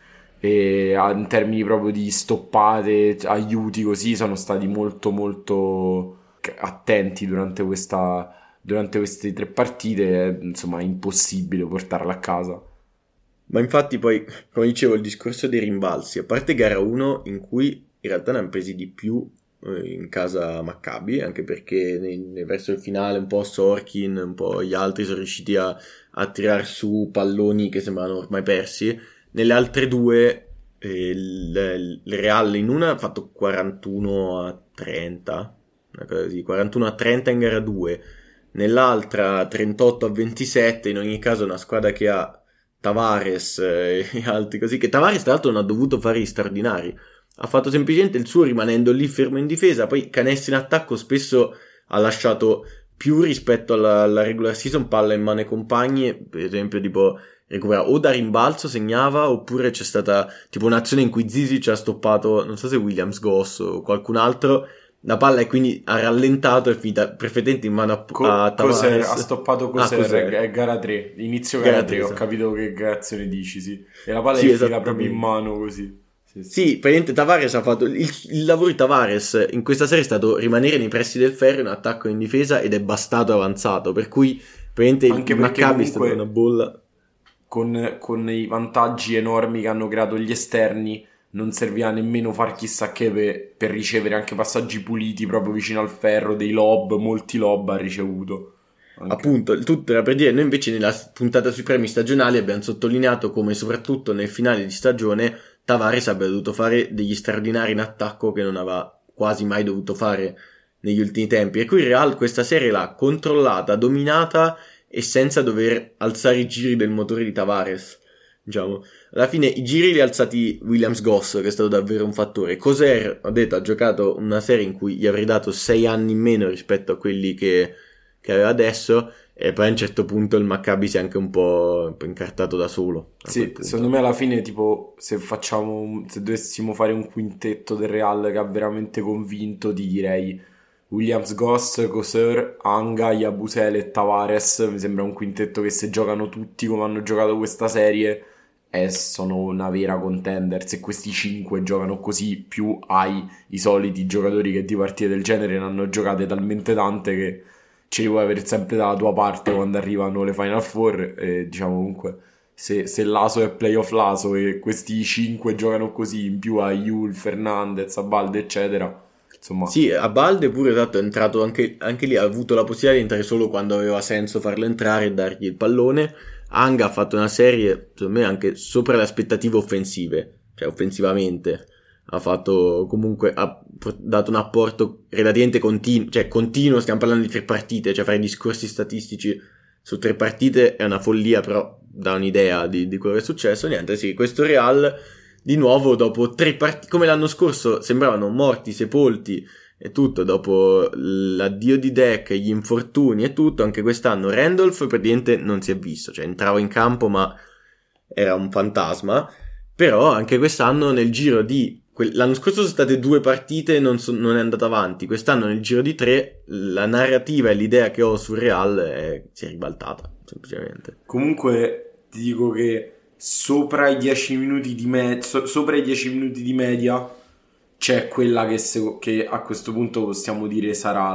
B: e in termini proprio di stoppate, aiuti così, sono stati molto molto attenti durante queste 3 partite. Insomma è impossibile portarla a casa.
A: Ma infatti poi, come dicevo, il discorso dei rimbalzi, a parte gara 1 in cui in realtà ne hanno presi di più in casa Maccabi, anche perché verso il finale un po' Sorkin, un po' gli altri sono riusciti a tirar su palloni che sembravano ormai persi. Nelle altre 2 il Real in una ha fatto 41-30, 41-30 in gara 2, nell'altra 38-27. In ogni caso una squadra che ha Tavares e altri così, che Tavares tra l'altro non ha dovuto fare gli straordinari, ha fatto semplicemente il suo rimanendo lì fermo in difesa. Poi canestri in attacco spesso ha lasciato più rispetto alla regular season palla in mano ai compagni, per esempio tipo recupera o da rimbalzo segnava, oppure c'è stata tipo un'azione in cui Zizic ha stoppato, non so se Williams Goss o qualcun altro, la palla, e quindi ha rallentato e è finita perfettamente in mano a Tavares.
B: Coser, ha stoppato Coser, è gara 3, inizio gara 3, ho capito che azione dici, sì. E la palla è finita proprio in mano così.
A: Sì, praticamente Tavares ha fatto il lavoro di Tavares in questa serie è stato rimanere nei pressi del ferro in attacco e in difesa, ed è bastato avanzato, per cui praticamente
B: anche
A: il Maccabi è stata una bolla.
B: Con i vantaggi enormi che hanno creato gli esterni non serviva nemmeno far chissà che per ricevere anche passaggi puliti proprio vicino al ferro, dei lob, molti lob ha ricevuto. Anche.
A: Appunto, tutto era per dire, noi invece nella puntata sui premi stagionali abbiamo sottolineato come soprattutto nel finale di stagione Tavares abbia dovuto fare degli straordinari in attacco che non aveva quasi mai dovuto fare negli ultimi tempi, e qui il Real questa serie l'ha controllata, dominata e senza dover alzare i giri del motore di Tavares, diciamo. Alla fine i giri li ha alzati Williams Goss, che è stato davvero un fattore. Coser, ho detto, ha giocato una serie in cui gli avrei dato 6 anni in meno rispetto a quelli che aveva adesso, e poi a un certo punto il Maccabi si è anche un po' incartato da solo.
B: Sì, secondo me alla fine tipo se dovessimo fare un quintetto del Real che ha veramente convinto, ti direi Williams Goss, Coser, Anga, Yabusele e Tavares. Mi sembra un quintetto che se giocano tutti come hanno giocato questa serie sono una vera contender. Se questi 5 giocano così, più hai i soliti giocatori che di partite del genere ne hanno giocate talmente tante che ce li puoi avere sempre dalla tua parte quando arrivano le Final Four. E diciamo comunque se Laso è playoff Laso e questi 5 giocano così, in più a Yul, Fernandez, Abalde eccetera, insomma.
A: Sì, Abalde pure esatto, è entrato anche lì, ha avuto la possibilità di entrare solo quando aveva senso farlo entrare e dargli il pallone. Anga ha fatto una serie secondo me anche sopra le aspettative offensive, cioè offensivamente ha fatto comunque, ha dato un apporto relativamente continuo, stiamo parlando di 3 partite, cioè fare discorsi statistici su 3 partite è una follia, però dà un'idea di quello che è successo. Niente, sì, questo Real di nuovo dopo 3 partite, come l'anno scorso sembravano morti, sepolti e tutto, dopo l'addio di Deck, gli infortuni e tutto, anche quest'anno Randolph praticamente non si è visto, cioè entrava in campo ma era un fantasma. Però anche quest'anno nel giro di l'anno scorso sono state 2 partite e non è andata avanti. Quest'anno nel giro di 3 la narrativa e l'idea che ho sul Real si è ribaltata semplicemente.
B: Comunque ti dico che sopra i 10 minuti sopra i 10 minuti di media c'è quella che a questo punto possiamo dire sarà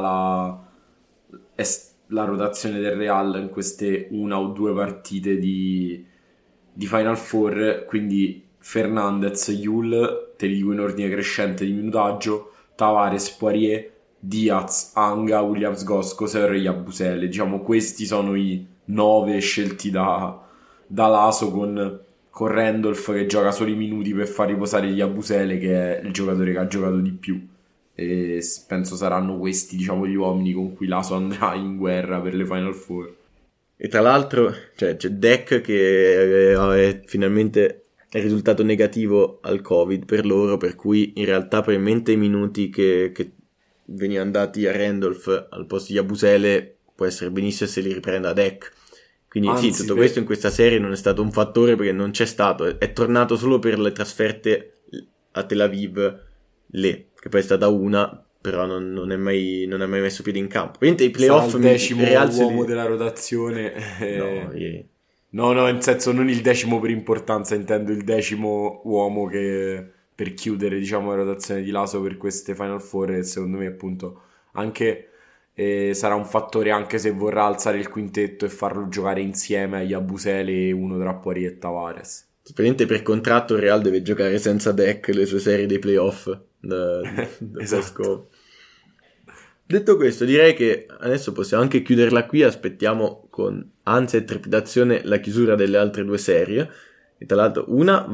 B: la rotazione del Real in queste 1 o 2 partite di Final Four, quindi Fernandez, Yul, te li dico in ordine crescente di minutaggio, Tavares, Poirier, Diaz, Anga, Williams, Goskoser e Yabusele. Diciamo questi sono i 9 scelti da Laso, con Randolph che gioca solo i minuti per far riposare Yabusele, che è il giocatore che ha giocato di più, e penso saranno questi, diciamo, gli uomini con cui Laso andrà in guerra per le Final Four.
A: E tra l'altro c'è Deck che è finalmente è risultato negativo al Covid per loro, per cui in realtà probabilmente i minuti che venivano dati a Randolph al posto di Yabusele può essere benissimo se li riprenda Deck. Quindi anzi, sì, tutto questo in questa serie non è stato un fattore, perché non c'è stato, è tornato solo per le trasferte a Tel Aviv, che poi è stata una, però non è mai messo piede in campo. Ovviamente i playoff,
B: il decimo uomo della rotazione, no, nel senso non il decimo per importanza, intendo il decimo uomo che per chiudere, diciamo, la rotazione di Laso per queste Final Four, e secondo me appunto anche sarà un fattore, anche se vorrà alzare il quintetto e farlo giocare insieme agli Yabusele e uno tra Poirier e Tavares.
A: Praticamente per contratto il Real deve giocare senza Deck le sue serie dei playoff
B: esatto.
A: Detto questo, direi che adesso possiamo anche chiuderla qui. Aspettiamo con ansia e trepidazione la chiusura delle altre 2 serie. E tra l'altro non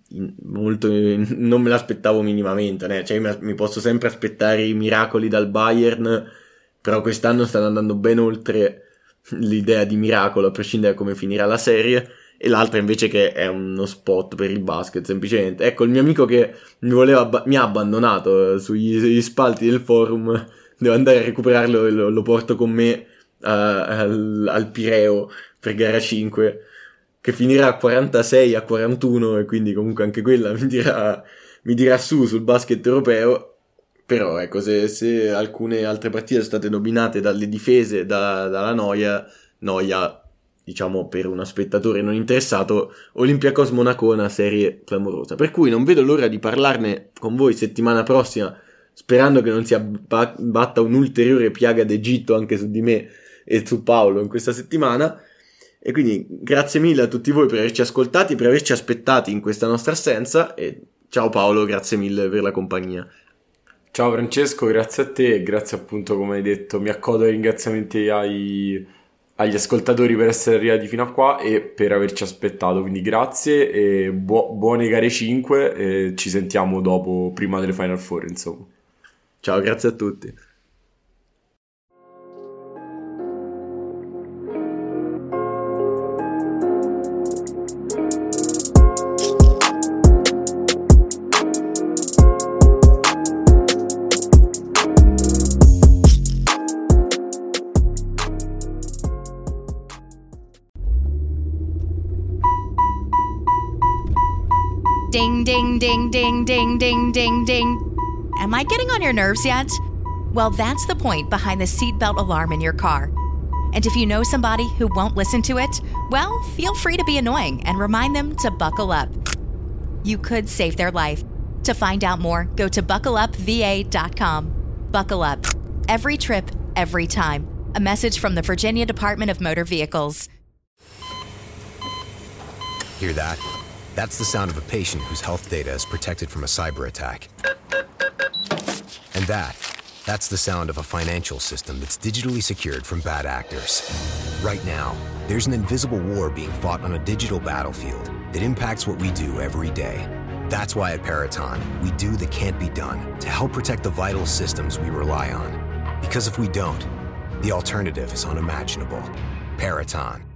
A: me l'aspettavo minimamente, né? Cioè mi posso sempre aspettare i miracoli dal Bayern, però quest'anno stanno andando ben oltre l'idea di miracolo, a prescindere da come finirà la serie. E l'altra invece che è uno spot per il basket, semplicemente. Ecco, il mio amico che mi ha abbandonato sugli spalti del forum, devo andare a recuperarlo e lo porto con me al Pireo per gara 5, che finirà a 46-41, e quindi comunque anche quella mi dirà sul basket europeo. Però ecco, se alcune altre partite sono state dominate dalle difese, dalla noia, diciamo, per uno spettatore non interessato, Olympiacos Monaco è una serie clamorosa, per cui non vedo l'ora di parlarne con voi settimana prossima, sperando che non si abbatta un'ulteriore piaga d'Egitto anche su di me e su Paolo in questa settimana. E quindi grazie mille a tutti voi per averci ascoltati, per averci aspettati in questa nostra assenza, e ciao Paolo, grazie mille per la compagnia.
B: Ciao Francesco, grazie a te, e grazie appunto, come hai detto, mi accodo ai ringraziamenti agli ascoltatori per essere arrivati fino a qua e per averci aspettato, quindi grazie e buone gare 5, e ci sentiamo dopo, prima delle Final Four, insomma.
A: Ciao, grazie a tutti.
C: Ding, ding, ding, ding, ding, ding, ding, ding. Am I getting on your nerves yet? Well, that's the point behind the seatbelt alarm in your car. And if you know somebody who won't listen to it, well, feel free to be annoying and remind them to buckle up. You could save their life. To find out more, go to buckleupva.com. Buckle up. Every trip, every time. A message from the Virginia Department of Motor Vehicles.
D: Hear that? That's the sound of a patient whose health data is protected from a cyber attack. And that's the sound of a financial system that's digitally secured from bad actors. Right now, there's an invisible war being fought on a digital battlefield that impacts what we do every day. That's why at Peraton, we do the can't be done to help protect the vital systems we rely on. Because if we don't, the alternative is unimaginable. Peraton.